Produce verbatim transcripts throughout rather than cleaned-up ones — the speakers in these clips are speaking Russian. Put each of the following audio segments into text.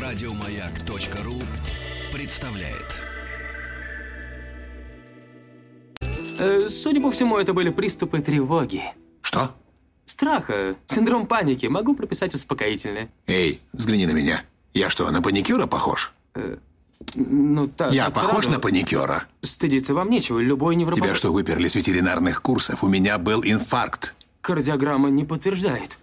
Радиомаяк.ру представляет. Э, судя по всему, это были приступы тревоги. Что? Страха, синдром паники. Могу прописать успокоительное. Эй, взгляни на меня. Я что, на паникюра похож? Э, ну, так, Я так похож сразу. на паникюра? Стыдиться вам нечего. Любой невропатолог... Тебя что, выперли с ветеринарных курсов? У меня был инфаркт. Кардиограмма не подтверждает.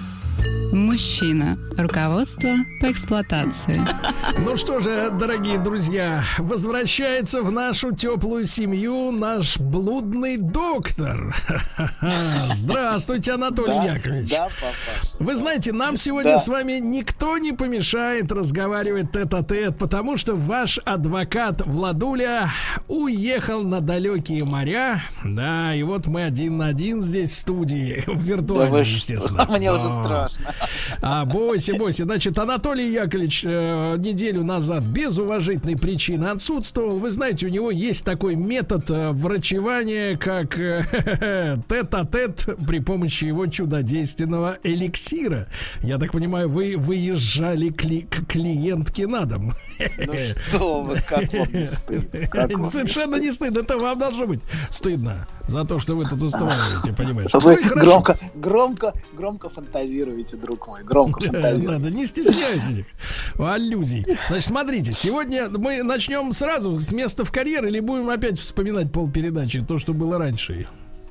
Мужчина. Руководство по эксплуатации. Ну что же, дорогие друзья, возвращается в нашу теплую семью наш блудный доктор. Здравствуйте, Анатолий да, Яковлевич. Да, папа. Вы знаете, нам сегодня да. с вами никто не помешает разговаривать тет-а-тет, потому что ваш адвокат Владуля уехал на далекие моря. Да, и вот мы один на один здесь в студии, виртуально, да естественно. Мне О. уже страшно. А, бойся, бойся. Значит, Анатолий Яковлевич э, неделю назад без уважительной причины отсутствовал. Вы знаете, у него есть такой метод э, врачевания, как э, тет-а-тет при помощи его чудодейственного эликсира. Я так понимаю, вы выезжали кли- к клиентке на дом. Ну что вы, как вам не стыдно? Как вам Совершенно не стыдно. Это вам должно быть стыдно за то, что вы тут устраиваете, понимаешь? Вы Ну, громко, громко, громко фантазируете, друг мой. Громко фантазируете. Надо, не стесняйся этих аллюзий. Значит, смотрите, сегодня мы начнем сразу с места в карьер или будем опять вспоминать полпередачи, то, что было раньше?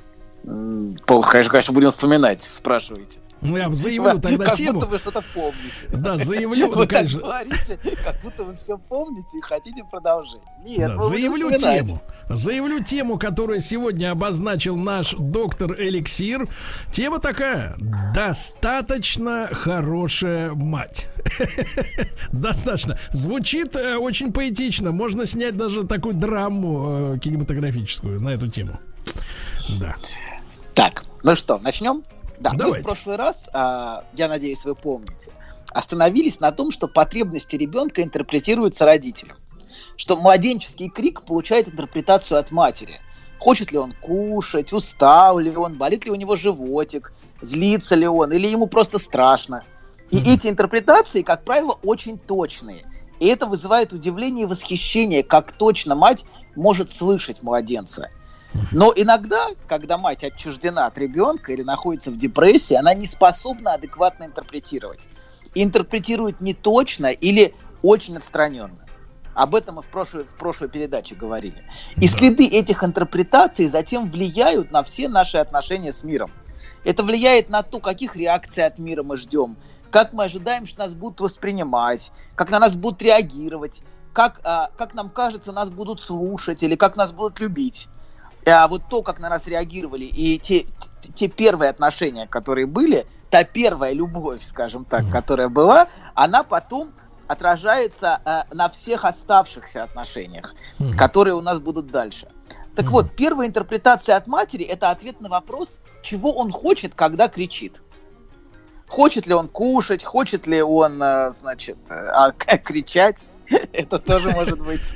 Пол, конечно, конечно, будем вспоминать, спрашивайте. Ну, я заявлю тогда как тему. Как будто вы что-то помните. Да, заявлю, Вы ну, так конечно. говорите, как будто вы все помните и хотите продолжить. Нет, Да, вы заявлю будете вспоминать. тему. Заявлю тему, которую сегодня обозначил наш доктор Эликсир. Тема такая: достаточно хорошая мать. Достаточно. Звучит э, очень поэтично. Можно снять даже такую драму э, кинематографическую на эту тему. Да. Так, ну что, начнем? Да, Давайте. мы в прошлый раз, а, я надеюсь, вы помните, остановились на том, что потребности ребенка интерпретируются родителем. Что младенческий крик получает интерпретацию от матери. Хочет ли он кушать, устал ли он, болит ли у него животик, злится ли он, или ему просто страшно. И mm-hmm. эти интерпретации, как правило, очень точные. И это вызывает удивление и восхищение, как точно мать может слышать младенца. Но иногда, когда мать отчуждена от ребенка или находится в депрессии, она не способна адекватно интерпретировать. Интерпретирует неточно или очень отстраненно. Об этом мы в прошлой, в прошлой передаче говорили. И следы этих интерпретаций затем влияют на все наши отношения с миром. Это влияет на то, каких реакций от мира мы ждем, как мы ожидаем, что нас будут воспринимать, как на нас будут реагировать, как, а, как нам кажется, нас будут слушать или как нас будут любить. А вот то, как на нас реагировали, и те, те первые отношения, которые были, та первая любовь, скажем так, mm-hmm. которая была, она потом отражается э, на всех оставшихся отношениях, mm-hmm. которые у нас будут дальше. Так mm-hmm. вот, первая интерпретация от матери – это ответ на вопрос, чего он хочет, когда кричит. Хочет ли он кушать, хочет ли он, э, значит, э, э, кричать, это тоже может быть.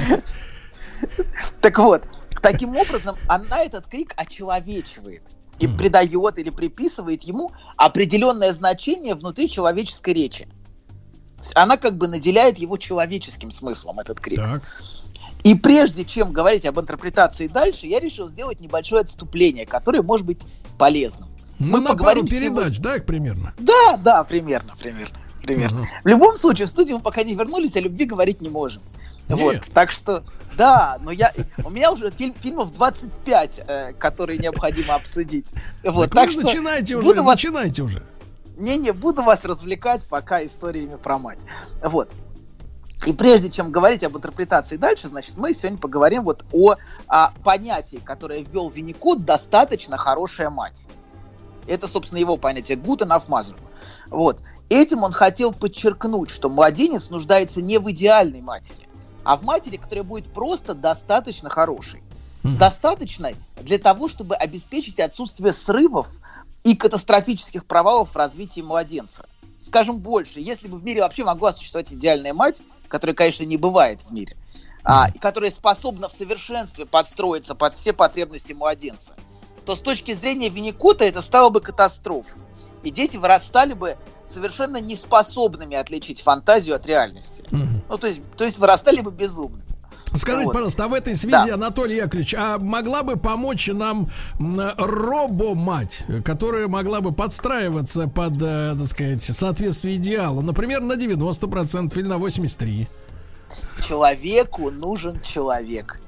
Так вот. Таким образом, она этот крик очеловечивает и mm. придает или приписывает ему определенное значение внутри человеческой речи. Она как бы наделяет его человеческим смыслом, этот крик. Так. И прежде чем говорить об интерпретации дальше, я решил сделать небольшое отступление, которое может быть полезным. Ну, Мы на поговорим пару передач, сегодня... да, примерно? Да, да, примерно, примерно. примерно. Uh-huh. В любом случае, в студию мы пока не вернулись, о любви говорить не можем. Нет. Вот, так что, да, но я, у меня уже фильм, фильмов двадцать пять, э, которые необходимо обсудить. Вот, так так что начинайте уже, вас... начинайте уже. Не-не, буду вас развлекать пока историями про мать. Вот. И прежде чем говорить об интерпретации дальше, значит, мы сегодня поговорим вот о, о понятии, которое ввел Винникот, достаточно хорошая мать. Это, собственно, его понятие «gut enough mother». Вот. Этим он хотел подчеркнуть, что младенец нуждается не в идеальной матери, а в матери, которая будет просто достаточно хорошей. Mm-hmm. Достаточной для того, чтобы обеспечить отсутствие срывов и катастрофических провалов в развитии младенца. Скажем больше, если бы в мире вообще могла существовать идеальная мать, которой, конечно, не бывает в мире, mm-hmm. а, которая способна в совершенстве подстроиться под все потребности младенца, то с точки зрения Винникота это стало бы катастрофой. И дети вырастали бы совершенно неспособными отличить фантазию от реальности. Угу. Ну, то есть, то есть вырастали бы безумными. Скажите, вот. пожалуйста, а в этой связи, да. Анатолий Яковлевич, а могла бы помочь нам робо-мать, которая могла бы подстраиваться под, так сказать, соответствие идеалу, например, на девяносто процентов или на восемьдесят три процента? Человеку нужен человек.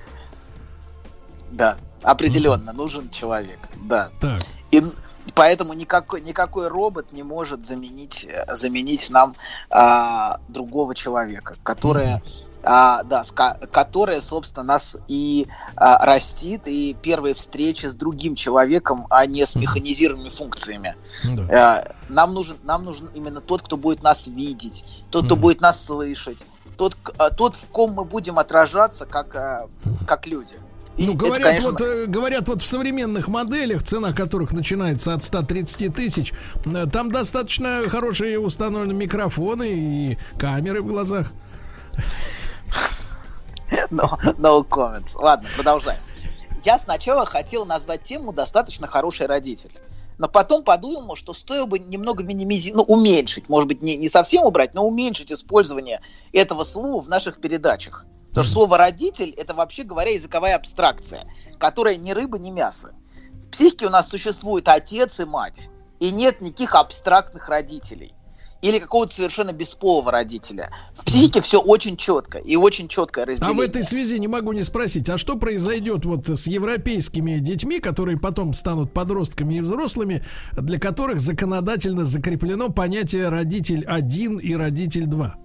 Да, определенно mm-hmm. нужен человек. Да. Так. И поэтому никакой, никакой робот не может заменить, заменить нам а, другого человека, которая... Mm-hmm. А, да, которая, собственно, нас и а, растит, и первые встречи с другим человеком, а не с механизированными функциями. Да. А, нам нужен, нам нужен именно тот, кто будет нас видеть, тот, кто mm. будет нас слышать, тот, а, тот, в ком мы будем отражаться как, а, как люди. И ну, говорят, это, конечно... вот, говорят, вот в современных моделях, цена которых начинается от ста тридцати тысяч, там достаточно хорошие установлены микрофоны и камеры в глазах. No, no comments. Ладно, продолжаем. Я сначала хотел назвать тему «Достаточно хороший родитель», но потом подумал, что стоило бы немного минимизировать, ну, уменьшить, может быть, не, не совсем убрать, но уменьшить использование этого слова в наших передачах. Потому что слово «родитель» — это, вообще говоря, языковая абстракция, которая ни рыба, ни мясо. В психике у нас существует отец и мать, и нет никаких абстрактных родителей. Или какого-то совершенно бесполого родителя. В психике все очень четко и очень четкое разделение. А в этой связи не могу не спросить, а что произойдет вот с европейскими детьми, которые потом станут подростками и взрослыми, для которых законодательно закреплено понятие родитель один и родитель два?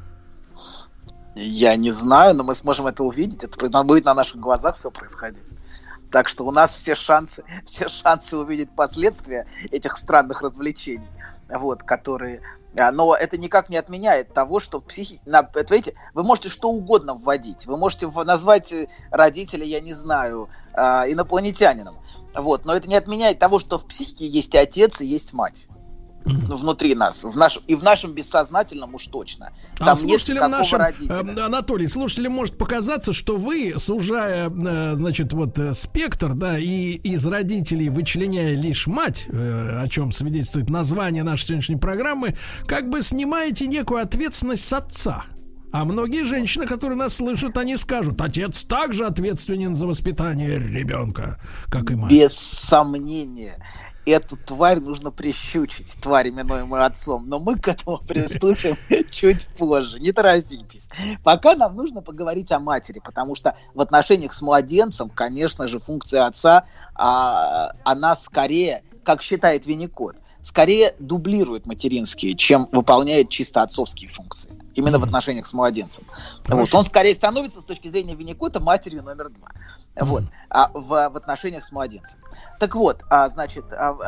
Я не знаю, но мы сможем это увидеть. Это будет на наших глазах все происходить. Так что у нас все шансы, все шансы увидеть последствия этих странных развлечений, вот, которые... Но это никак не отменяет того, что в психике... Видите, вы можете что угодно вводить. Вы можете назвать родителя, я не знаю, инопланетянином. Вот. Но это не отменяет того, что в психике есть отец и есть мать. Mm-hmm. Внутри нас. В наш... И в нашем бессознательном уж точно. Там а слушателям нашим, родителя. Анатолий, слушателям может показаться, что вы, сужая, значит, вот спектр, да, и из родителей вычленяя лишь мать, о чем свидетельствует название нашей сегодняшней программы, как бы снимаете некую ответственность с отца. А многие женщины, которые нас слышат, они скажут: отец также ответственен за воспитание ребенка, как и мать. Без сомнения. Эту тварь нужно прищучить, тварь, именуемую отцом. Но мы к этому приступим чуть позже. Не торопитесь. Пока нам нужно поговорить о матери, потому что в отношениях с младенцем, конечно же, функция отца, а, она скорее, как считает Винникот, скорее дублирует материнские, чем выполняет чисто отцовские функции. Именно mm-hmm. в отношениях с младенцем. Вот. Он скорее становится, с точки зрения Винникота, матерью номер два. Mm-hmm. Вот. А в, в отношениях с младенцем. Так вот, а, значит,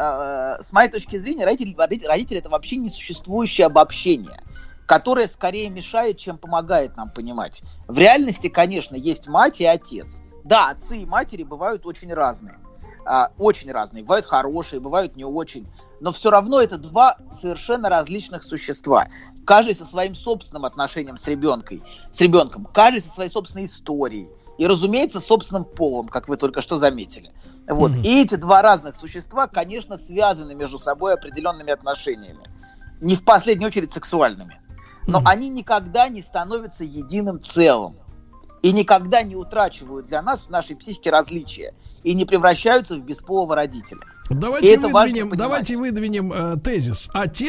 а, а, с моей точки зрения, родители, родители это вообще несуществующее обобщение, которое скорее мешает, чем помогает нам понимать. В реальности, конечно, есть мать и отец. Да, отцы и матери бывают очень разные. А, очень разные. Бывают хорошие, бывают не очень. Но все равно это два совершенно различных существа. Каждый со своим собственным отношением с ребенком, с ребенком, каждый со своей собственной историей. И, разумеется, собственным полом, как вы только что заметили. Вот. Mm-hmm. И эти два разных существа, конечно, связаны между собой определенными отношениями. Не в последнюю очередь сексуальными. Но mm-hmm. они никогда не становятся единым целым. И никогда не утрачивают для нас в нашей психике различия. И не превращаются в бесполого родителя. Давайте выдвинем, давайте выдвинем э, тезис.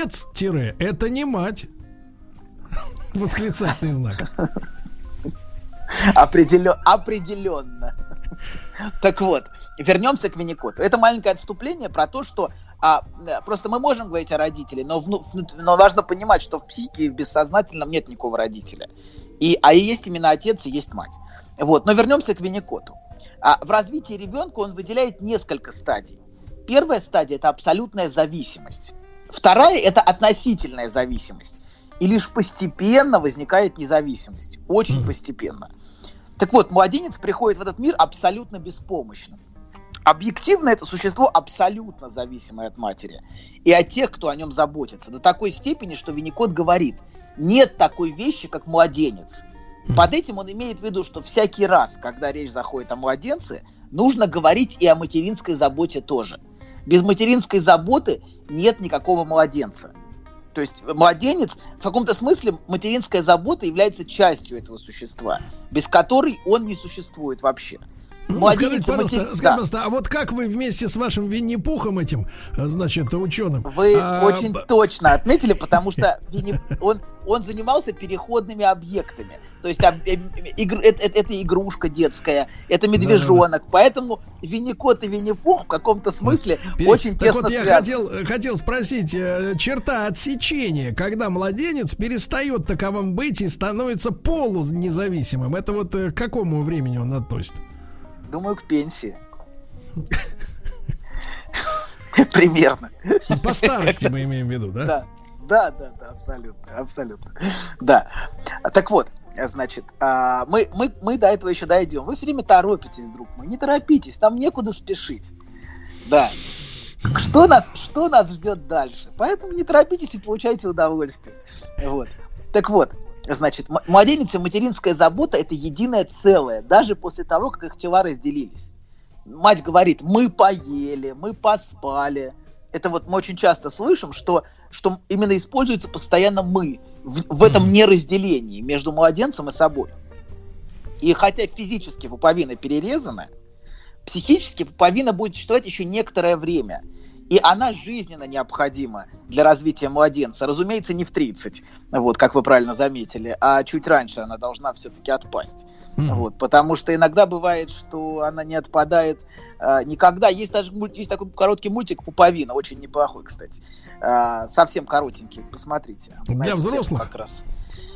Отец-это не мать. Восклицательный знак. Определенно. Определенно. Так вот, вернемся к Винникоту. Это маленькое отступление про то, что а, просто мы можем говорить о родителе, но, вну, но важно понимать, что в психике и в бессознательном нет никакого родителя. И, а есть именно отец и есть мать. Вот. Но вернемся к Винникоту. А в развитии ребенка он выделяет несколько стадий. Первая стадия – это абсолютная зависимость. Вторая – это относительная зависимость. И лишь постепенно возникает независимость. Очень mm. постепенно. Так вот, младенец приходит в этот мир абсолютно беспомощным. Объективно это существо абсолютно зависимое от матери и от тех, кто о нем заботится. До такой степени, что Винникот говорит, нет такой вещи, как младенец. Под этим он имеет в виду, что всякий раз, когда речь заходит о младенце, нужно говорить и о материнской заботе тоже. Без материнской заботы нет никакого младенца. То есть младенец, в каком-то смысле, материнская забота является частью этого существа, без которой он не существует вообще. Ну, Младенец, скажите, пожалуйста, матери... скажите, да. пожалуйста, а вот как вы вместе с вашим Винни-Пухом этим, значит, ученым? Вы а... очень точно отметили, потому что Винни... он, он занимался переходными объектами. То есть об... игр... это, это, это игрушка детская, это медвежонок. Да, да, да. Поэтому Винни-Кот и Винни-Пух в каком-то смысле Пере... очень так тесно вот связаны. Я хотел, хотел спросить, черта отсечения, когда младенец перестает таковым быть и становится полунезависимым, это вот к какому времени он относит? Думаю, к пенсии. Примерно. По старости мы имеем в виду, да? Да, да, да, да, абсолютно, абсолютно. Да. Так вот, значит, мы, мы, мы до этого еще дойдем. Вы все время торопитесь, друг мой. Не торопитесь, нам некуда спешить. Да. Что нас, что нас ждет дальше? Поэтому не торопитесь и получайте удовольствие. Вот. Так вот. Значит, младенец и материнская забота — это единое целое, даже после того, как их тела разделились. Мать говорит: мы поели, мы поспали. Это вот мы очень часто слышим, что, что именно используется постоянно «мы» в, в этом неразделении между младенцем и собой. И хотя физически пуповина перерезана, психически пуповина будет существовать еще некоторое время. И она жизненно необходима для развития младенца. Разумеется, не в тридцать, вот, как вы правильно заметили, а чуть раньше она должна все-таки отпасть. Mm-hmm. Вот, потому что иногда бывает, что она не отпадает а, никогда. Есть даже есть такой короткий мультик «Пуповина», очень неплохой, кстати. А, совсем коротенький, посмотрите. Для взрослых? Как раз.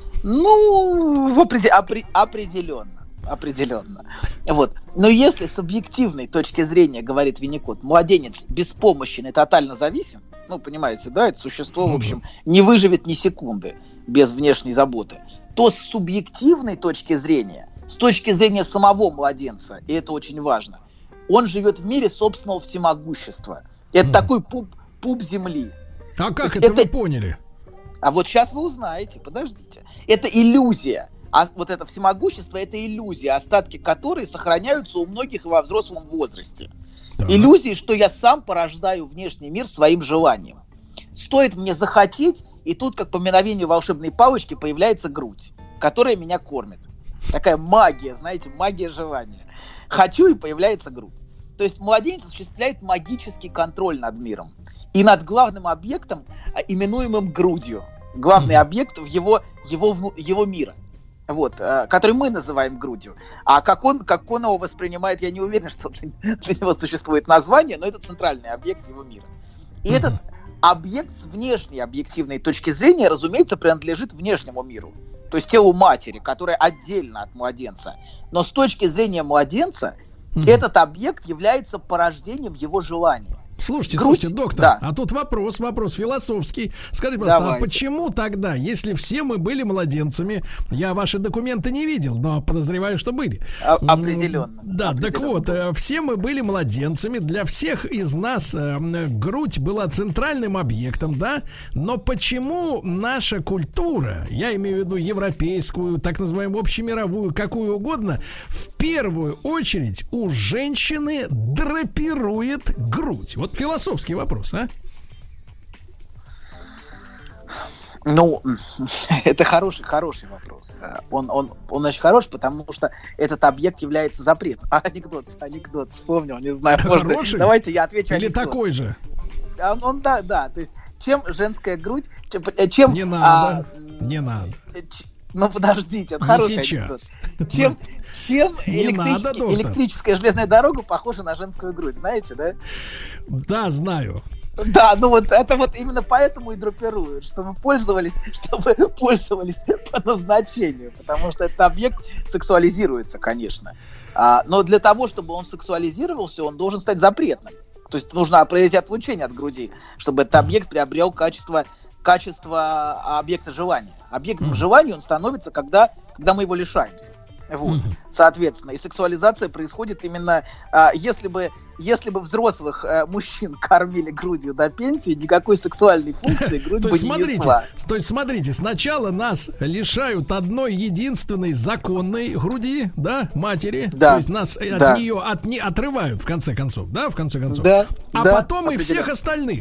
Ну, в опред... опри... определенно. Определенно. Вот. Но если с объективной точки зрения, говорит Винни-Кот, младенец беспомощен и тотально зависим, ну, понимаете, да, это существо, в общем, не выживет ни секунды без внешней заботы, то с субъективной точки зрения, с точки зрения самого младенца, и это очень важно, он живет в мире собственного всемогущества. Это mm. такой пуп, пуп земли. А как это, это вы поняли? А вот сейчас вы узнаете, подождите. Это иллюзия. А вот это всемогущество — это иллюзия, остатки которой сохраняются у многих и во взрослом возрасте. Да. Иллюзии, что я сам порождаю внешний мир своим желанием. Стоит мне захотеть, и тут, как по мгновению волшебной палочки, появляется грудь, которая меня кормит. Такая магия, знаете, магия желания. Хочу, и появляется грудь. То есть младенец осуществляет магический контроль над миром. И над главным объектом, именуемым грудью. Главный mm-hmm. объект в его, его, его мира. Вот, который мы называем грудью. А как он, как он его воспринимает, я не уверен, что для, для него существует название, но это центральный объект его мира. И mm-hmm. этот объект с внешней объективной точки зрения, разумеется, принадлежит внешнему миру. То есть телу матери, которая отдельно от младенца. Но с точки зрения младенца, mm-hmm. этот объект является порождением его желания. Слушайте, Грудь? слушайте, доктор, да. а тут вопрос, вопрос философский. Скажите, пожалуйста, Давайте. а почему тогда, если все мы были младенцами, я ваши документы не видел, но подозреваю, что были. А, определенно. Да, определенно. Так вот, все мы были младенцами, для всех из нас э, грудь была центральным объектом, да, но почему наша культура, я имею в виду европейскую, так называемую общемировую, какую угодно, в первую очередь у женщины драпирует грудь? Вот философский вопрос, а? Ну, это хороший, хороший вопрос. Он, он, он очень хороший, потому что этот объект является запретом. А, анекдот, анекдот, вспомнил, не знаю. Хороший? Может, давайте я отвечу. Или анекдот. Такой же? Он, он, да, да. То есть, чем женская грудь, чем... Не надо, а, не надо. Ч, ну, подождите, это не хороший сейчас. анекдот. Чем... Чем электрический, надо, электрическая железная дорога похожа на женскую грудь, знаете, да? Да, знаю. Да, ну вот это вот именно поэтому и драпируют, чтобы пользовались, чтобы пользовались по назначению, потому что этот объект сексуализируется, конечно. А, но для того, чтобы он сексуализировался, он должен стать запретным. То есть нужно произвести отлучение от груди, чтобы этот объект приобрел качество, качество объекта желания. Объектом желания он становится, когда, когда мы его лишаемся. Вот, mm-hmm. соответственно, и сексуализация происходит именно, а, если бы, если бы взрослых а, мужчин кормили грудью до пенсии, никакой сексуальной функции грудь бы не несла. То есть, смотрите, сначала нас лишают одной единственной законной груди, да, матери, да. То есть нас да. от нее от, не, отрывают, в конце концов, да, в конце концов, да. а да. потом и всех остальных.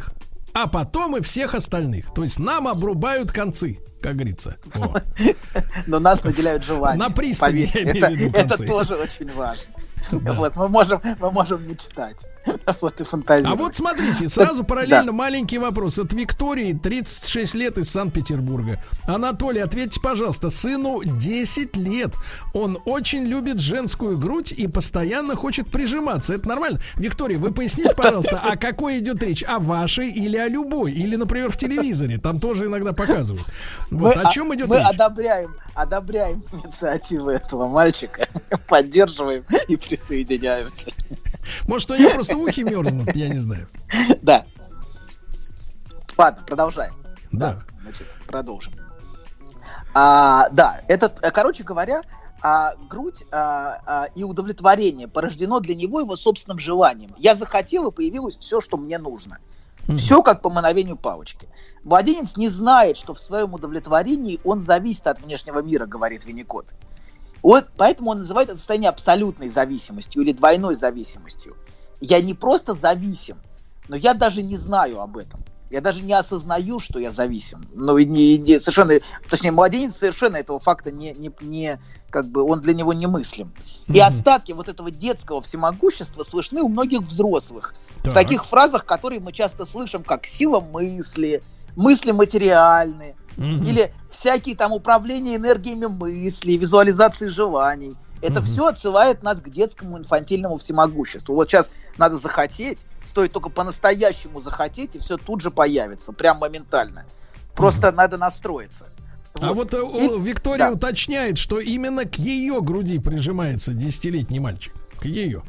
а потом и всех остальных. То есть нам обрубают концы, как говорится. Но нас наделяют желанием. На пристани, я имею в виду, это, концы. это тоже очень важно. Да. Вот, мы можем, мы можем мечтать. Вот и фантазировать. А вот смотрите, сразу так, параллельно да. маленький вопрос от Виктории, тридцать шесть лет, из Санкт-Петербурга. Анатолий, ответьте, пожалуйста, сыну десять лет. Он очень любит женскую грудь и постоянно хочет прижиматься. Это нормально? Виктория, вы поясните, пожалуйста, о какой идет речь? О вашей или о любой? Или, например, в телевизоре? Там тоже иногда показывают. Вот, мы, о чем идет мы речь? Мы одобряем, одобряем инициативы этого мальчика, поддерживаем и присоединяемся. Может, у него просто ухи мерзнут, я не знаю. Да. Ладно, продолжаем. Да. да значит, продолжим. А, да, это, короче говоря, а, грудь а, а, и удовлетворение порождено для него его собственным желанием. Я захотел, и появилось все, что мне нужно. Mm-hmm. Все как по мановению палочки. Младенец не знает, что в своем удовлетворении он зависит от внешнего мира, говорит Винникот. Вот, поэтому он называет это состояние абсолютной зависимостью или двойной зависимостью. Я не просто зависим, но я даже не знаю об этом. Я даже не осознаю, что я зависим. Ну, и не, не, совершенно, точнее, младенец совершенно этого факта не, не, не как бы, он для него немыслим. И mm-hmm. остатки вот этого детского всемогущества слышны у многих взрослых. Так. В таких фразах, которые мы часто слышим, как сила мысли, мысли материальны, mm-hmm. или всякие там управления энергиями мысли, визуализации желаний. Это mm-hmm. все отсылает нас к детскому инфантильному всемогуществу. Вот сейчас надо захотеть, стоит только по-настоящему захотеть, и все тут же появится, прям моментально. Просто mm-hmm. надо настроиться. А вот, вот и, Виктория да. уточняет, что именно к ее груди прижимается десятилетний мальчик. К ее.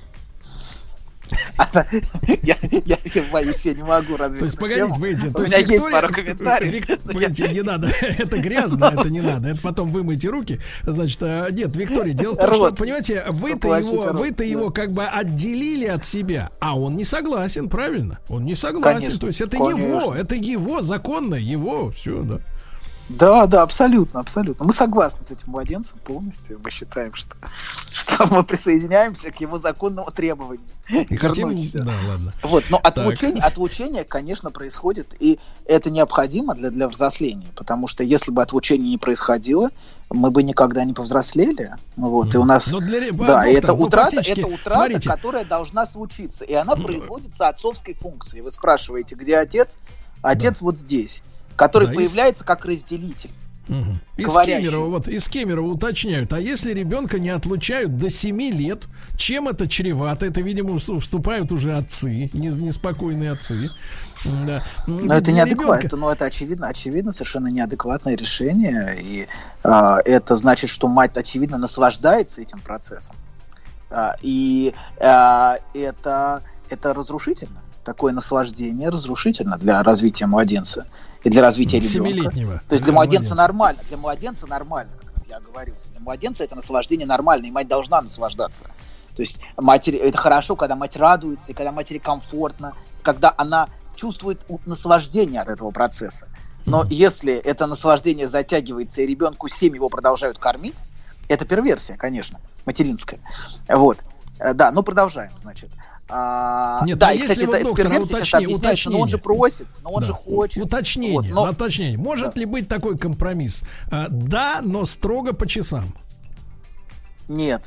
Я, я, я боюсь, я не могу развить. То есть, погодите, выйти. У меня есть пару комментариев. Выйти не надо, это грязно, это не надо. Это потом вымойте руки. Значит, нет, Виктория, дело в том, что, понимаете, вы-то его, вы-то его как бы отделили от себя, а он не согласен, правильно? Он не согласен. То есть это его, это его, законно, его, все, да. Да, да, абсолютно, абсолютно. Мы согласны с этим младенцем полностью. Мы считаем, что, что мы присоединяемся к его законному требованию. И хотим, да, ладно. Вот, но отлучение, отлучение, конечно, происходит, и это необходимо для, для взросления, потому что если бы отлучение не происходило, мы бы никогда не повзрослели. Вот, и у нас, для... да, доктор, это ну, утрата, фактически... это утрата, Смотрите. которая должна случиться, и она производится отцовской функцией. Вы спрашиваете, где отец? Отец да. вот здесь. Который да, появляется из... как разделитель. Угу. Из Кемерово, вот, из Кемерово уточняют, а если ребенка не отлучают до семи лет, чем это чревато? Это, видимо, вступают уже отцы, неспокойные отцы. Да. Но это неадекватно, ребенка... но это очевидно, очевидно, совершенно неадекватное решение. И а, это значит, что мать, очевидно, наслаждается этим процессом. А, и а, это, это разрушительно. Такое наслаждение разрушительно для развития младенца и для развития ребенка. Семилетнего. То есть для младенца, младенца нормально. Для младенца нормально, как раз я оговорился. Для младенца это наслаждение нормально, и мать должна наслаждаться. То есть матери, это хорошо, когда мать радуется, и когда матери комфортно, когда она чувствует наслаждение от этого процесса. Но mm-hmm. если это наслаждение затягивается, и ребенку семь его продолжают кормить, это перверсия, конечно, материнская. Вот. Да, ну продолжаем, значит. А, Нет, да, а и, если кстати, вот это, доктор, уточни, уточнение. Но он же просит, но он да. же хочет. Уточнение, вот, но... уточнение. Может да. ли быть такой компромисс? А, да, но строго по часам. Нет.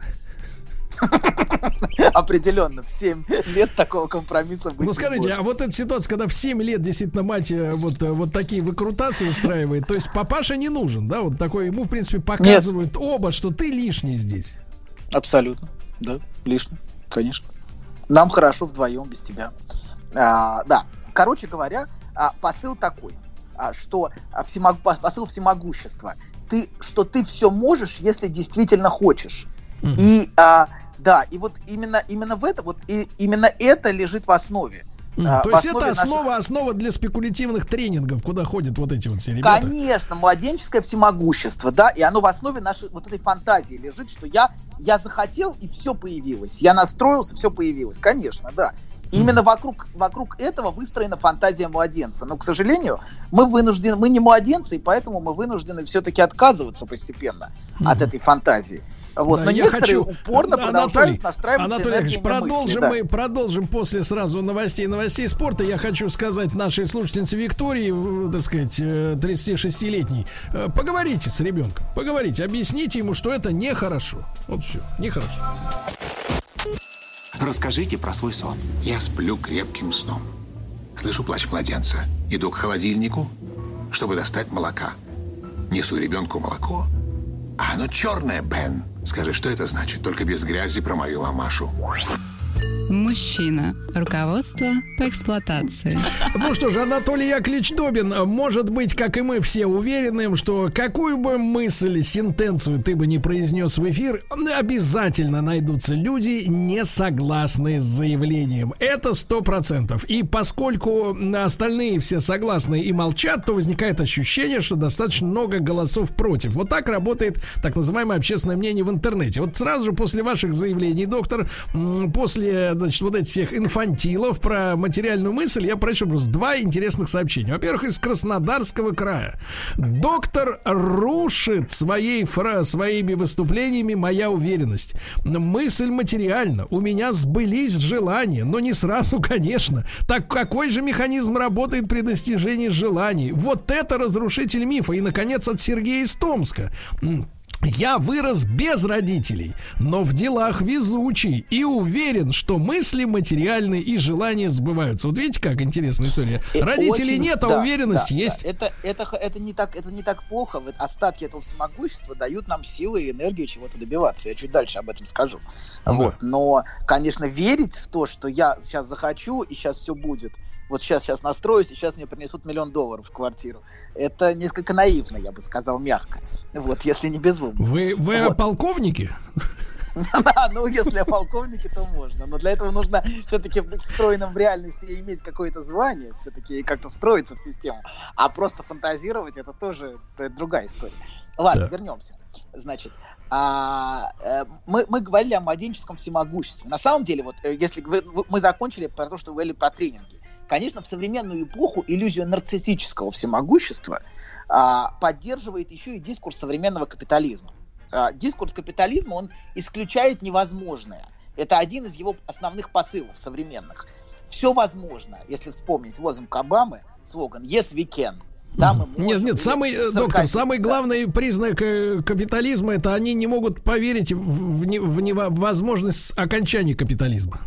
Определенно, в семь лет такого компромисса быть. Ну скажите, а вот эта ситуация, когда в семь лет действительно мать вот, вот такие выкрутасы устраивает, то есть папаша не нужен, да? Вот такой, ему, в принципе, показывают Нет. оба, что ты лишний здесь. Абсолютно, да, лишний, конечно. Нам хорошо вдвоем без тебя. А, да, короче говоря, посыл такой, что всемог... посыл всемогущества. Ты, что ты все можешь, если действительно хочешь. Mm-hmm. И а, да, и вот именно, именно в это, вот и, именно это лежит в основе. Mm, а, то в есть основе это основа, наших... основа для спекулятивных тренингов, куда ходят вот эти вот все ребята. Конечно, младенческое всемогущество, да, и оно в основе нашей вот этой фантазии лежит, что я, я захотел, и все появилось. Я настроился, все появилось. Конечно, да. И mm. именно вокруг, вокруг этого выстроена фантазия младенца. Но, к сожалению, мы вынуждены, мы не младенцы, и поэтому мы вынуждены все-таки отказываться постепенно mm. от этой фантазии. Вот, да, но я некоторые хочу... упорно Анатолий, продолжают настраивать Анатолий Яковлевич, продолжим мысли, да. мы, продолжим после сразу новостей, новостей спорта. Я хочу сказать нашей слушательнице Виктории, так сказать, тридцатишестилетней, поговорите с ребенком, поговорите, объясните ему, что это нехорошо. Вот все, нехорошо. Расскажите про свой сон. Я сплю крепким сном. Слышу плач младенца. Иду к холодильнику, чтобы достать молока. Несу ребенку молоко. А оно черное, Бен. Скажи, что это значит? Только без грязи про мою мамашу. Мужчина. Руководство по эксплуатации. Ну что же, Анатолий Яковлевич Добин, может быть, как и мы все уверены, что какую бы мысль, сентенцию ты бы не произнес в эфир, обязательно найдутся люди, не согласные с заявлением. Это сто процентов. И поскольку остальные все согласны и молчат, то возникает ощущение, что достаточно много голосов против. Вот так работает так называемое общественное мнение в интернете. Вот сразу же после ваших заявлений, доктор, после, значит, вот этих всех инфантилов про материальную мысль, я прочту просто два интересных сообщения. Во-первых, из Краснодарского края. Доктор рушит своей фра- своими выступлениями моя уверенность. Мысль материальна. У меня сбылись желания, но не сразу, конечно. Так какой же механизм работает при достижении желаний? Вот это разрушитель мифа. И, наконец, от Сергея из Томска. Я вырос без родителей, но в делах везучий и уверен, что мысли материальные и желания сбываются. Вот видите, как интересная история. Родителей Очень, нет, а да, уверенность да, есть. Да. Это, это, это, не так, это не так плохо. Вот остатки этого всемогущества дают нам силы и энергию чего-то добиваться. Я чуть дальше об этом скажу. Да. Вот. Но, конечно, верить в то, что я сейчас захочу и сейчас все будет. Вот сейчас, сейчас настроюсь, и сейчас мне принесут миллион долларов в квартиру. Это несколько наивно, я бы сказал, мягко. Вот, если не безумно. Вы, вы вот. полковники? Да, ну если о полковнике, то можно. Но для этого нужно все-таки быть встроенным в реальность и иметь какое-то звание, все-таки как-то встроиться в систему. А просто фантазировать, это тоже это другая история. Ладно, да. Вернемся. Значит, а, э, мы, мы говорили о младенческом всемогуществе. На самом деле, вот если вы, мы закончили про то, что вы говорили про тренинги. Конечно, в современную эпоху иллюзию нарциссического всемогущества а, поддерживает еще и дискурс современного капитализма. А, дискурс капитализма, он исключает невозможное. Это один из его основных посылов современных. Все возможно, если вспомнить лозунг Обамы, слоган «Yes, we can». Да, мы можем, нет, нет, самый, доктор, самый главный да. признак капитализма — это они не могут поверить в, в, в невозможность окончания капитализма.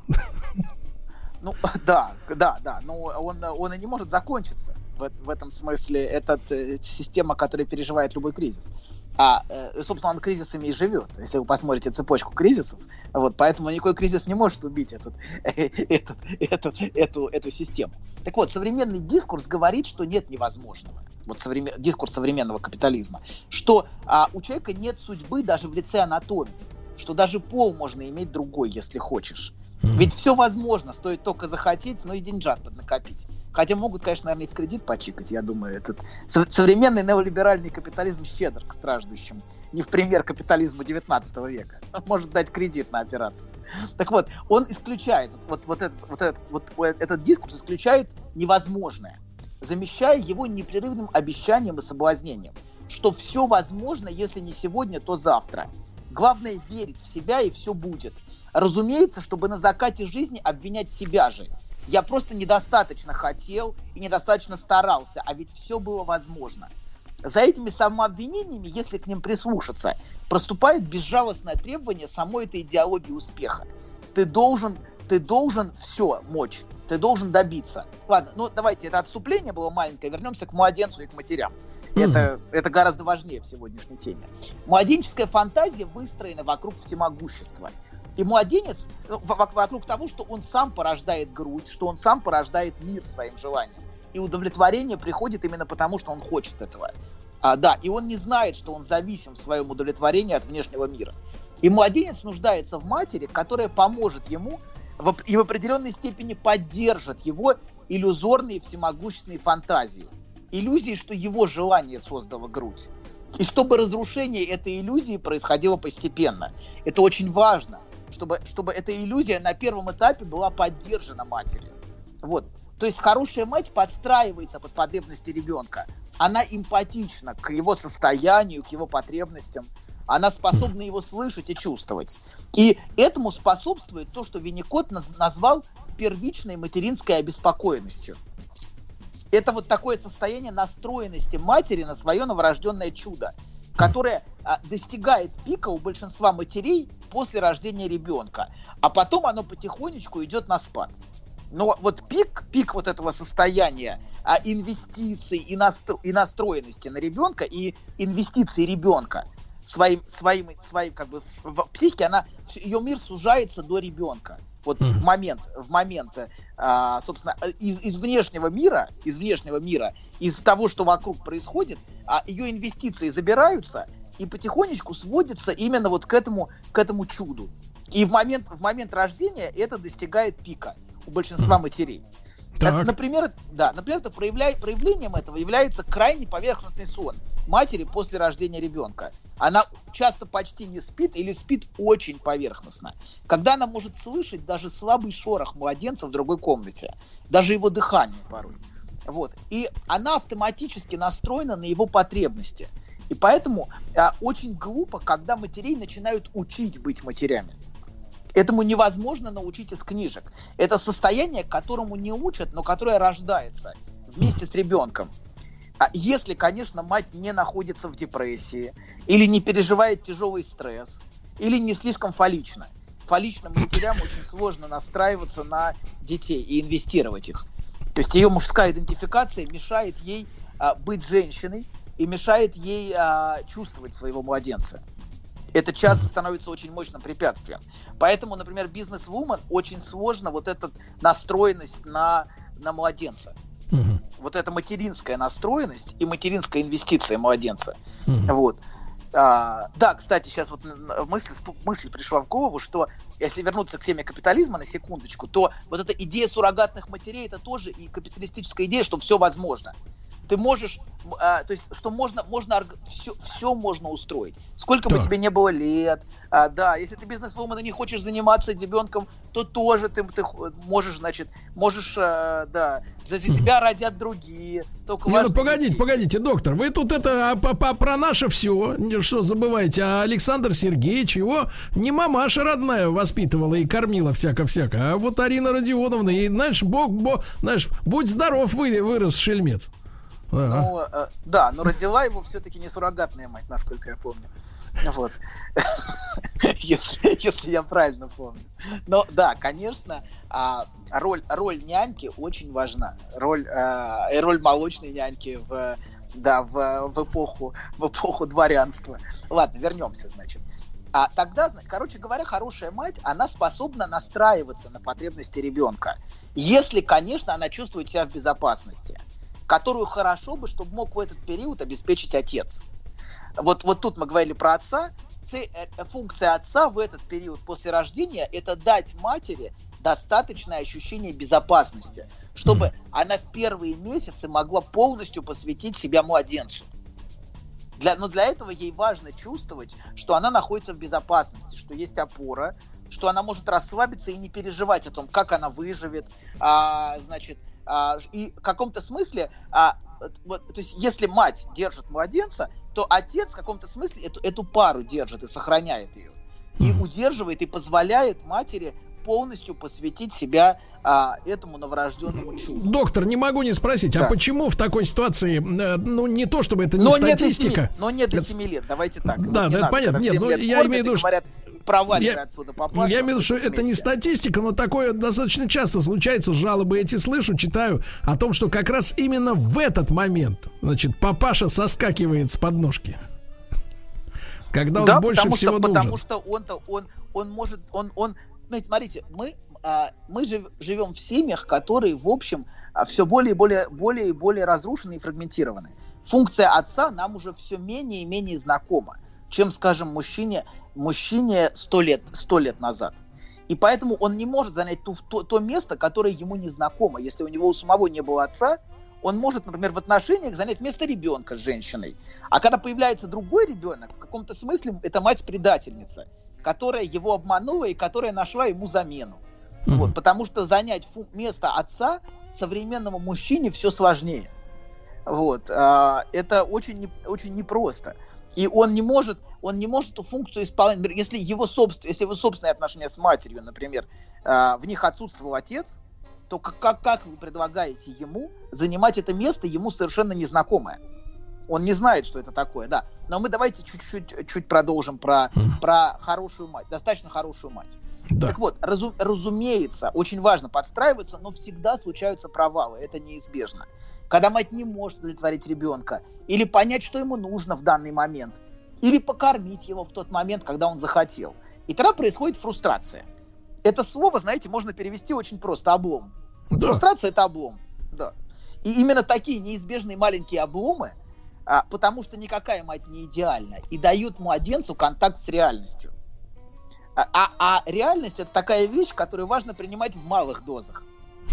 Ну, да, да, да, но он, он и не может закончиться. В, в этом смысле это система, которая переживает любой кризис. А, собственно, он кризисами и живет. Если вы посмотрите цепочку кризисов, вот, поэтому никакой кризис не может убить этот, этот, этот, эту, эту систему. Так вот, современный дискурс говорит, что нет невозможного. Вот современ... дискурс современного капитализма. Что а, у человека нет судьбы даже в лице анатомии. Что даже пол можно иметь другой, если хочешь. Ведь все возможно, стоит только захотеть, ну и деньжат поднакопить. Хотя могут, конечно, наверное, и в кредит почикать, я думаю. Этот современный неолиберальный капитализм щедр к страждущим. Не в пример капитализму девятнадцатого века. Он может дать кредит на операцию. Так вот, он исключает, вот, вот, этот, вот, этот, вот этот дискурс исключает невозможное, замещая его непрерывным обещанием и соблазнением, что все возможно, если не сегодня, то завтра. Главное верить в себя, и все будет. Разумеется, чтобы на закате жизни обвинять себя же. Я просто недостаточно хотел и недостаточно старался, а ведь все было возможно. За этими самообвинениями, если к ним прислушаться, проступает безжалостное требование самой этой идеологии успеха. Ты должен, ты должен все мочь, ты должен добиться. Ладно, ну давайте, это отступление было маленькое, вернемся к младенцу и к матерям. Это, mm-hmm. это гораздо важнее в сегодняшней теме. Младенческая фантазия выстроена вокруг всемогущества. И младенец вокруг того, что он сам порождает грудь, что он сам порождает мир своим желанием. И удовлетворение приходит именно потому, что он хочет этого. А, да, и он не знает, что он зависим в своем удовлетворении от внешнего мира. И младенец нуждается в матери, которая поможет ему в, и в определенной степени поддержит его иллюзорные всемогущественные фантазии. Иллюзии, что его желание создало грудь. И чтобы разрушение этой иллюзии происходило постепенно. Это очень важно, чтобы, чтобы эта иллюзия на первом этапе была поддержана матерью. Вот. То есть хорошая мать подстраивается под потребности ребенка. Она эмпатична к его состоянию, к его потребностям. она способна его слышать и чувствовать. И этому способствует то, что Винникот наз- назвал первичной материнской обеспокоенностью. Это вот такое состояние настроенности матери на свое новорожденное чудо, которое а, достигает пика у большинства матерей после рождения ребенка, а потом оно потихонечку идет на спад. Но вот пик, пик вот этого состояния а, инвестиций и, настро, и настроенности на ребенка и инвестиций ребенка своим, своим, своим как бы в, в психике, она, ее мир сужается до ребенка. Вот mm-hmm. в момент, в момент, а, собственно, из, из внешнего мира, из внешнего мира, из того, что вокруг происходит, а, ее инвестиции забираются и потихонечку сводятся именно вот к этому, к этому чуду. И в момент, в момент рождения это достигает пика у большинства mm-hmm. матерей. Так. Например, да, например, это проявля... проявлением этого является крайне поверхностный сон матери после рождения ребенка. Она часто почти не спит или спит очень поверхностно. Когда она может слышать даже слабый шорох младенца в другой комнате, даже его дыхание порой. Вот. И она автоматически настроена на его потребности. И поэтому а, очень глупо, когда матерей начинают учить быть матерями. Этому невозможно научить из книжек. Это состояние, которому не учат, но которое рождается вместе с ребенком. А если, конечно, мать не находится в депрессии, или не переживает тяжелый стресс, или не слишком фаллична. Фалличным матерям очень сложно настраиваться на детей и инвестировать их. То есть ее мужская идентификация мешает ей а, быть женщиной и мешает ей а, чувствовать своего младенца. Это часто становится очень мощным препятствием. Поэтому, например, бизнес-вумен очень сложно вот эта настроенность на, на младенца. Uh-huh. Вот эта материнская настроенность и материнская инвестиция младенца. Uh-huh. Вот. А, да, кстати, сейчас вот мысль, мысль пришла в голову, что если вернуться к теме капитализма на секундочку, то вот эта идея суррогатных матерей, это тоже и капиталистическая идея, что все возможно. Ты можешь, а, то есть, что можно, можно все, все можно устроить. Сколько бы тебе не было лет, а, да, если ты бизнес-вумен и не хочешь заниматься ребенком, то тоже ты, ты можешь, значит, можешь, а, да, за тебя родят другие. Только не, ну погодите, погодите, доктор, вы тут это а, а, про наше все, что забываете, а Александр Сергеевич его не мамаша родная воспитывала и кормила всяко-всяко, а вот Арина Родионовна, и, знаешь, бог, бог, знаешь, будь здоров, вы, вырос шельмец. А-а. Ну, э, да, но родила его все-таки не суррогатная мать, насколько я помню. Вот. если, если я правильно помню. Но да, конечно, а, роль, роль няньки очень важна. Роль, а, роль молочной няньки в, да, в, в, эпоху, в эпоху дворянства. Ладно, вернемся, значит. А тогда, короче говоря, хорошая мать, она способна настраиваться на потребности ребенка. Если, конечно, она чувствует себя в безопасности, которую хорошо бы, чтобы мог в этот период обеспечить отец. Вот, вот тут мы говорили про отца. Функция отца в этот период после рождения – это дать матери достаточное ощущение безопасности, чтобы mm. она в первые месяцы могла полностью посвятить себя младенцу. Для, но для этого ей важно чувствовать, что она находится в безопасности, что есть опора, что она может расслабиться и не переживать о том, как она выживет, а, значит, а, и в каком-то смысле, а, вот, то есть если мать держит младенца, то отец в каком-то смысле эту, эту пару держит и сохраняет ее. И удерживает, и позволяет матери полностью посвятить себя а, этому новорожденному чуду. Доктор, не могу не спросить, да. а почему в такой ситуации, ну не то чтобы это не но статистика. Нет семи, но нет до семи лет, давайте так. Да, вот да, не понятно. Нет, ну, я имею в виду, говорят, проваливай я, отсюда, папаша. Я имею в виду, что это не статистика, но такое достаточно часто случается, жалобы эти слышу, читаю о том, что как раз именно в этот момент, значит, папаша соскакивает с подножки. Когда он да, больше потому всего что, нужен. Потому что он-то, он, он может, он, он, ну, смотрите, мы, а, мы жив, живем в семьях, которые, в общем, все более и более, более и более разрушены и фрагментированы. Функция отца нам уже все менее и менее знакома, чем, скажем, мужчине, мужчине сто лет, сто лет назад. И поэтому он не может занять ту, то, то место, которое ему не знакомо. Если у него у самого не было отца, он может, например, в отношениях занять место ребенка с женщиной. А когда появляется другой ребенок, в каком-то смысле это мать-предательница, которая его обманула и которая нашла ему замену. Mm-hmm. Вот, потому что занять фу- место отца современному мужчине все сложнее. Вот, а, это очень, не, очень непросто. И он не может, он не может эту функцию исполнять. Если его, собствен, если его собственные отношения с матерью, например, в них отсутствовал отец, то как, как, как вы предлагаете ему занимать это место, ему совершенно незнакомое? Он не знает, что это такое, да. Но мы давайте чуть-чуть чуть продолжим про, про хорошую мать, достаточно хорошую мать. Да. Так вот, разу, разумеется, очень важно подстраиваться, но всегда случаются провалы, это неизбежно. Когда мать не может удовлетворить ребенка, или понять, что ему нужно в данный момент, или покормить его в тот момент, когда он захотел. И тогда происходит фрустрация. Это слово, знаете, можно перевести очень просто: облом. Да. Фрустрация – это облом. Да. И именно такие неизбежные маленькие обломы, а, потому что никакая мать не идеальна, и дают младенцу контакт с реальностью. А, а, а реальность – это такая вещь, которую важно принимать в малых дозах.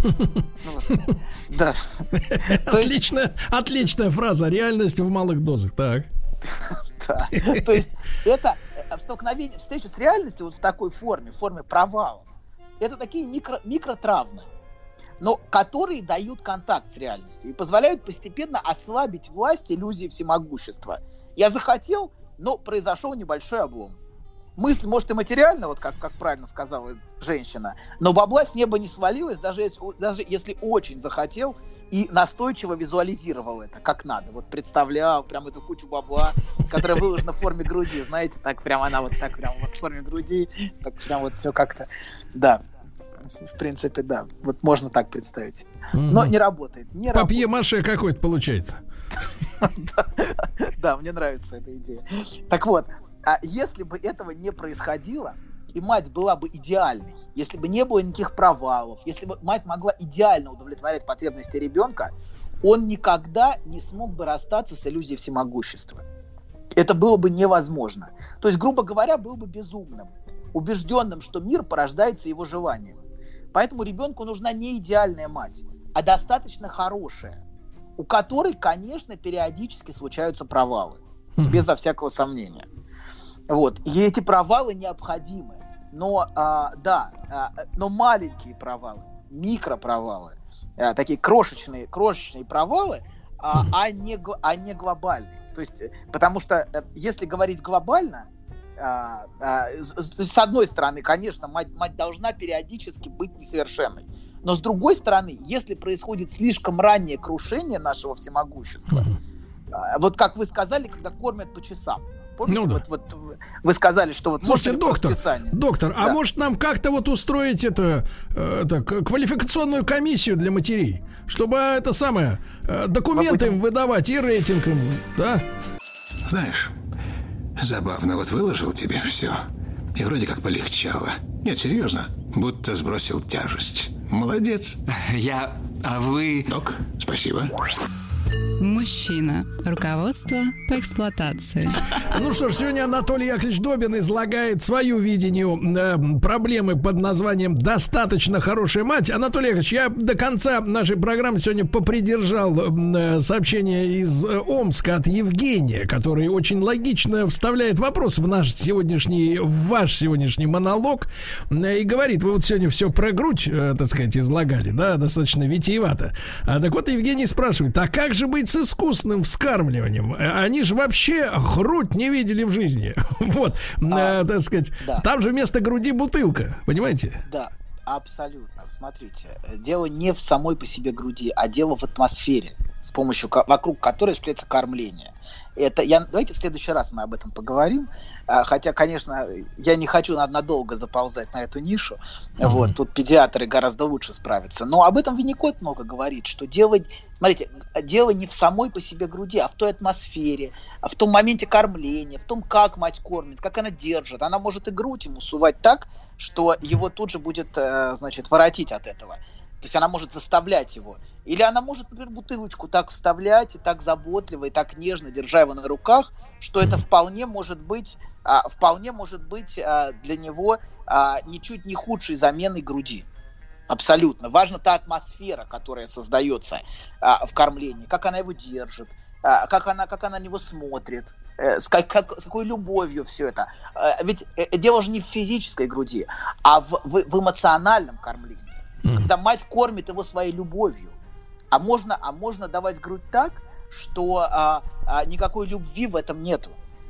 Да. Отличная, отличная фраза. Реальность в малых дозах. Так. Да. То есть это столкновение, встреча с реальностью вот в такой форме, в форме провалов. Это такие микро, микротравмы, но которые дают контакт с реальностью и позволяют постепенно ослабить власть иллюзии всемогущества. Я захотел, но произошел небольшой облом. Мысль, может, и материальна, вот как, как правильно сказала женщина, но бабла с неба не свалилась, даже если, даже если очень захотел и настойчиво визуализировал это как надо. Вот представлял прям эту кучу бабла, которая выложена в форме груди, знаете, так прям она вот так прям вот в форме груди, так прям вот все как-то, да. В принципе, да. Вот можно так представить. Но не работает. Папье-маше какой-то получается. Да, мне нравится эта идея. Так вот, а если бы этого не происходило, и мать была бы идеальной, если бы не было никаких провалов, если бы мать могла идеально удовлетворять потребности ребенка, он никогда не смог бы расстаться с иллюзией всемогущества. Это было бы невозможно. То есть, грубо говоря, был бы безумным, убежденным, что мир порождается его желанием. Поэтому ребенку нужна не идеальная мать, а достаточно хорошая, у которой, конечно, периодически случаются провалы, безо всякого сомнения. Вот. И эти провалы необходимы. Но, а, да, а, но маленькие провалы, микропровалы, а, такие крошечные, крошечные провалы, а, а, не, а не глобальные. То есть, потому что если говорить глобально, а, а, с, с одной стороны, конечно, мать, мать должна периодически быть несовершенной. Но с другой стороны, если происходит слишком раннее крушение нашего всемогущества, а, вот как вы сказали, когда кормят по часам. Помните, ну, да. вот, вот вы сказали, что вот... Слушайте, доктор, доктор, да. а может нам как-то вот устроить это, это квалификационную комиссию для матерей, чтобы это самое, документы им выдавать и рейтинг им, да? Знаешь, забавно, вот выложил тебе все, и вроде как полегчало. Нет, серьезно, будто сбросил тяжесть. Молодец. Я... А вы... Док, спасибо. Мужчина. Руководство по эксплуатации. Ну что ж, сегодня Анатолий Яковлевич Добин излагает свою видение э, проблемы под названием «Достаточно хорошая мать». Анатолий Яковлевич, я до конца нашей программы сегодня попридержал э, сообщение из э, Омска от Евгения, который очень логично вставляет вопрос в наш сегодняшний, в ваш сегодняшний монолог э, и говорит: вы вот сегодня все про грудь, э, так сказать, излагали, да, достаточно витиевато. А, так вот, Евгений спрашивает: а как же быть с искусственным вскармливанием? Они же вообще грудь не видели в жизни. Вот, а, э, так сказать, да. Там же вместо груди бутылка, понимаете? Да, абсолютно. Смотрите, дело не в самой по себе груди, а дело в атмосфере, с помощью, вокруг которой осуществляется кормление. Это я, давайте в следующий раз мы об этом поговорим. Хотя, конечно, я не хочу надолго заползать на эту нишу. Mm-hmm. Вот, тут педиатры гораздо лучше справятся. Но об этом Винникот много говорит, что дело, смотрите, дело не в самой по себе груди, а в той атмосфере, в том моменте кормления, в том, как мать кормит, как она держит. Она может и грудь ему сувать так, что его тут же будет, значит, воротить от этого. То есть она может заставлять его. Или она может, например, бутылочку так вставлять, и так заботливо, и так нежно, держа его на руках, что это вполне может быть, а, вполне может быть а, для него а, ничуть не худшей заменой груди. Абсолютно. Важна та атмосфера, которая создается а, в кормлении, как она его держит, а, как она, как она на него смотрит, э, с, как, как, с какой любовью все это. А, ведь э, дело же не в физической груди, а в, в, в эмоциональном кормлении. Когда мать кормит его своей любовью. А можно, а можно давать грудь так, что а, а, никакой любви в этом нету.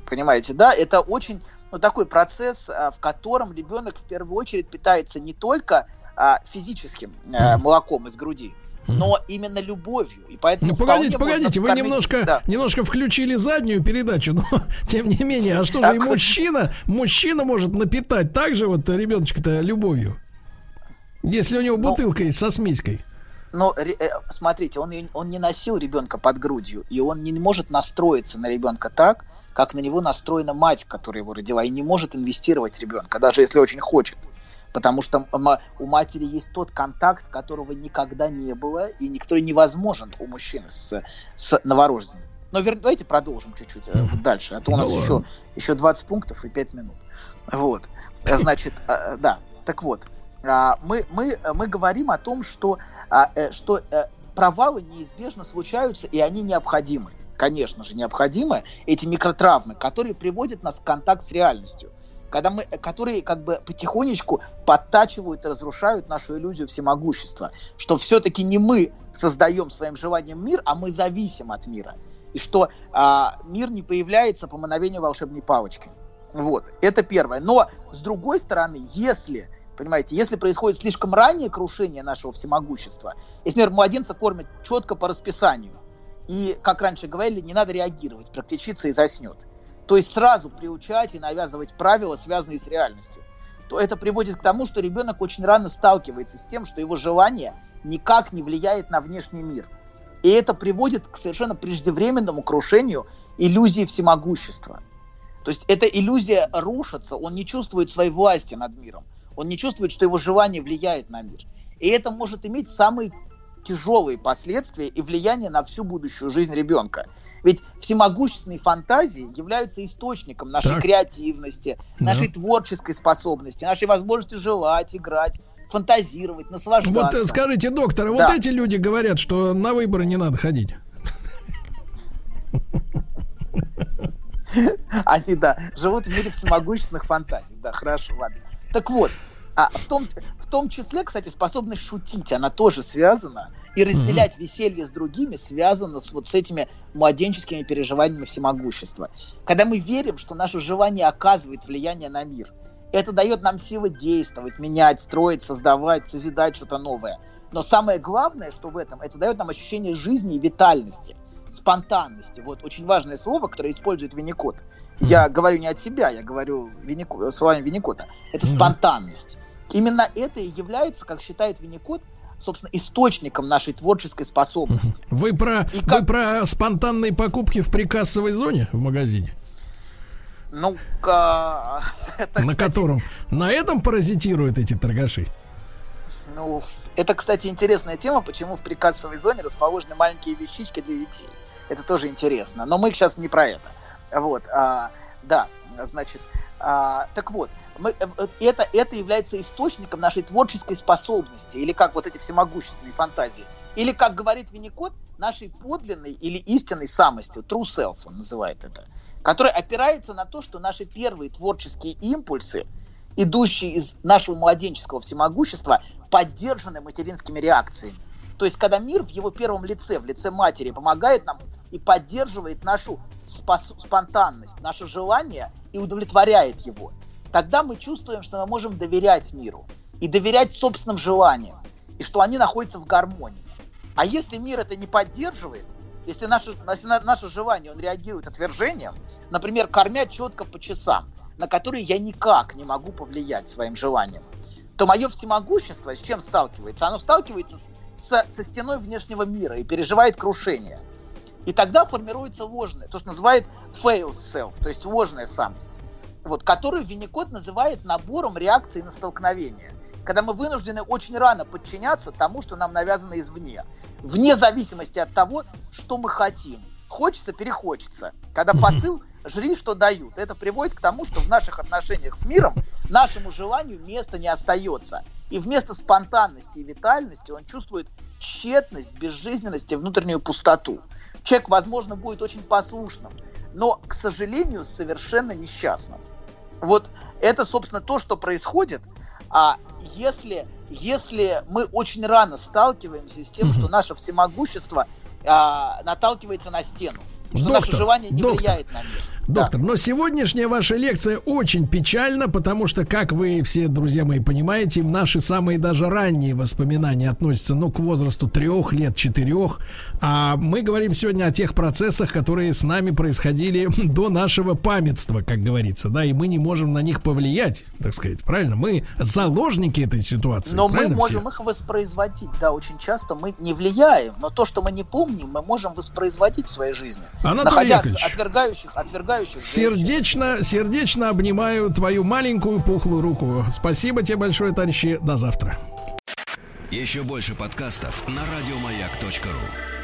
Понимаете, да? Это очень, ну, такой процесс, в котором ребенок в первую очередь питается не только а, физическим а, молоком из груди, но именно любовью. И поэтому ну, погодите, погодите, вы немножко, да. немножко включили заднюю передачу, но тем не менее, а что так. же и мужчина, мужчина может напитать также вот ребеночка-то любовью, если у него ну, бутылка есть со смеськой? Но смотрите, он, он не носил ребенка под грудью, и он не может настроиться на ребенка так, как на него настроена мать, которая его родила, и не может инвестировать в ребенка, даже если очень хочет. Потому что у матери есть тот контакт, которого никогда не было, и который невозможен у мужчины с, с новорожденным. Но вер... давайте продолжим чуть-чуть mm-hmm. дальше, а то у нас ну, еще, еще двадцать пунктов и пять минут. Вот. Значит, да, так вот, мы, мы, мы говорим о том, что, что провалы неизбежно случаются, и они необходимы. Конечно же, необходимы эти микротравмы, которые приводят нас в контакт с реальностью. Когда мы, которые как бы потихонечку подтачивают и разрушают нашу иллюзию всемогущества, что все-таки не мы создаем своим желанием мир, а мы зависим от мира, и что а, мир не появляется по мановению волшебной палочки. Вот, это первое. Но с другой стороны, если, понимаете, если происходит слишком раннее крушение нашего всемогущества, если, например, младенца кормят четко по расписанию, и, как раньше говорили, не надо реагировать, проключится и заснет. То есть сразу приучать и навязывать правила, связанные с реальностью, то это приводит к тому, что ребенок очень рано сталкивается с тем, что его желание никак не влияет на внешний мир. И это приводит к совершенно преждевременному крушению иллюзии всемогущества. То есть эта иллюзия рушится, он не чувствует своей власти над миром, он не чувствует, что его желание влияет на мир. И это может иметь самые тяжелые последствия и влияние на всю будущую жизнь ребенка. Ведь всемогущественные фантазии являются источником нашей так. креативности, нашей да. творческой способности, нашей возможности желать, играть, фантазировать, наслаждаться. Вот скажите, доктор, да. вот эти люди говорят, что на выборы не надо ходить. Они, да, живут в мире всемогущественных фантазий. Да, хорошо, ладно. Так вот, а в том, в том числе, кстати, способность шутить, она тоже связана, и разделять mm-hmm. веселье с другими связано с вот с этими младенческими переживаниями всемогущества. Когда мы верим, что наше желание оказывает влияние на мир, это дает нам силы действовать, менять, строить, создавать, созидать что-то новое. Но самое главное, что в этом, это дает нам ощущение жизни и витальности, спонтанности. Вот очень важное слово, которое использует Винникот. Mm-hmm. Я говорю не от себя, я говорю Виннико, словами Винникота. Это mm-hmm. спонтанность. Именно это и является, как считает Винникот, собственно, источником нашей творческой способности. Вы про, и как... вы про спонтанные покупки в прикассовой зоне в магазине? Ну, к... это, на кстати... котором, на этом паразитируют эти торгаши? Ну, это, кстати, интересная тема, почему в прикассовой зоне расположены маленькие вещички для детей. Это тоже интересно, но мы сейчас не про это. Вот, а, да, значит, а, так вот, Мы, это, это является источником нашей творческой способности, или как вот эти всемогущественные фантазии, или, как говорит Винникот, нашей подлинной или истинной самости, true self он называет это, которая опирается на то, что наши первые творческие импульсы, идущие из нашего младенческого всемогущества, поддержаны материнскими реакциями. То есть, когда мир в его первом лице, в лице матери, помогает нам и поддерживает нашу спос- спонтанность, наше желание и удовлетворяет его, тогда мы чувствуем, что мы можем доверять миру и доверять собственным желаниям, и что они находятся в гармонии. А если мир это не поддерживает, если наше, если наше желание, он реагирует отвержением, например, кормя четко по часам, на которые я никак не могу повлиять своим желанием, то мое всемогущество с чем сталкивается? Оно сталкивается с, с, со стеной внешнего мира и переживает крушение. И тогда формируется ложное, то, что называют fail self, то есть ложная самость. Вот, которую Винникот называет набором реакций на столкновение. Когда мы вынуждены очень рано подчиняться тому, что нам навязано извне. Вне зависимости от того, что мы хотим. Хочется, перехочется. Когда посыл «жри, что дают», это приводит к тому, что в наших отношениях с миром нашему желанию места не остается. И вместо спонтанности и витальности он чувствует тщетность, безжизненность и внутреннюю пустоту. Человек, возможно, будет очень послушным, но, к сожалению, совершенно несчастным. Вот это, собственно, то, что происходит, а если, если мы очень рано сталкиваемся с тем, что наше всемогущество а, наталкивается на стену, что доктор, наше желание не доктор, влияет на мир. Доктор, но сегодняшняя ваша лекция очень печальна, потому что, как вы все, друзья мои, понимаете, наши самые даже ранние воспоминания относятся, ну, к возрасту трех лет, четырех, а мы говорим сегодня о тех процессах, которые с нами происходили до нашего памятства, как говорится, да, и мы не можем на них повлиять, так сказать, правильно? Мы заложники этой ситуации. Но мы можем все? их воспроизводить, да, очень часто мы не влияем, но то, что мы не помним, мы можем воспроизводить в своей жизни. Анатолий Яковлевич, отвергающих, отвергающих сердечно, сердечно обнимаю твою маленькую пухлую руку. Спасибо тебе большое, товарищи. До завтра. Еще больше подкастов на радиомаяк точка ру.